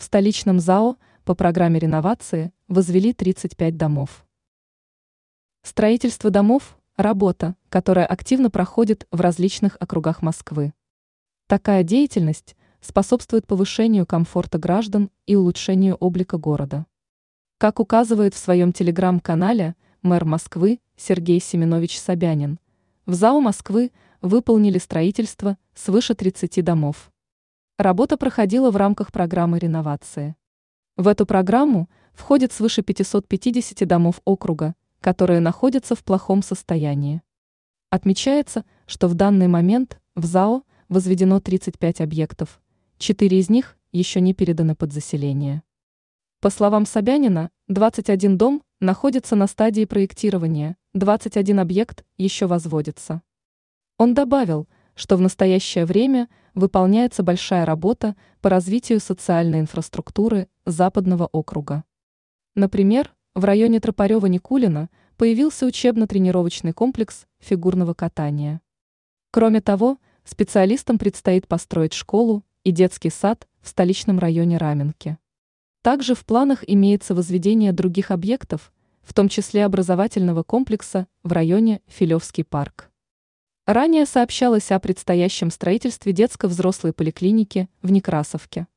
В столичном ЗАО по программе реновации возвели 35 домов. Строительство домов – работа, которая активно проходит в различных округах Москвы. Такая деятельность способствует повышению комфорта граждан и улучшению облика города. Как указывает в своем телеграм-канале мэр Москвы Сергей Семенович Собянин, в ЗАО Москвы выполнили строительство свыше 30 домов. Работа проходила в рамках программы реновации. В эту программу входит свыше 550 домов округа, которые находятся в плохом состоянии. Отмечается, что в данный момент в ЗАО возведено 35 объектов, 4 из них еще не переданы под заселение. По словам Собянина, 21 дом находится на стадии проектирования, 21 объект еще возводится. Он добавил, что в настоящее время выполняется большая работа по развитию социальной инфраструктуры Западного округа. Например, в районе Тропарева-Никулина появился учебно-тренировочный комплекс фигурного катания. Кроме того, специалистам предстоит построить школу и детский сад в столичном районе Раменки. Также в планах имеется возведение других объектов, в том числе образовательного комплекса в районе Филевский парк. Ранее сообщалось о предстоящем строительстве детско-взрослой поликлиники в Некрасовке.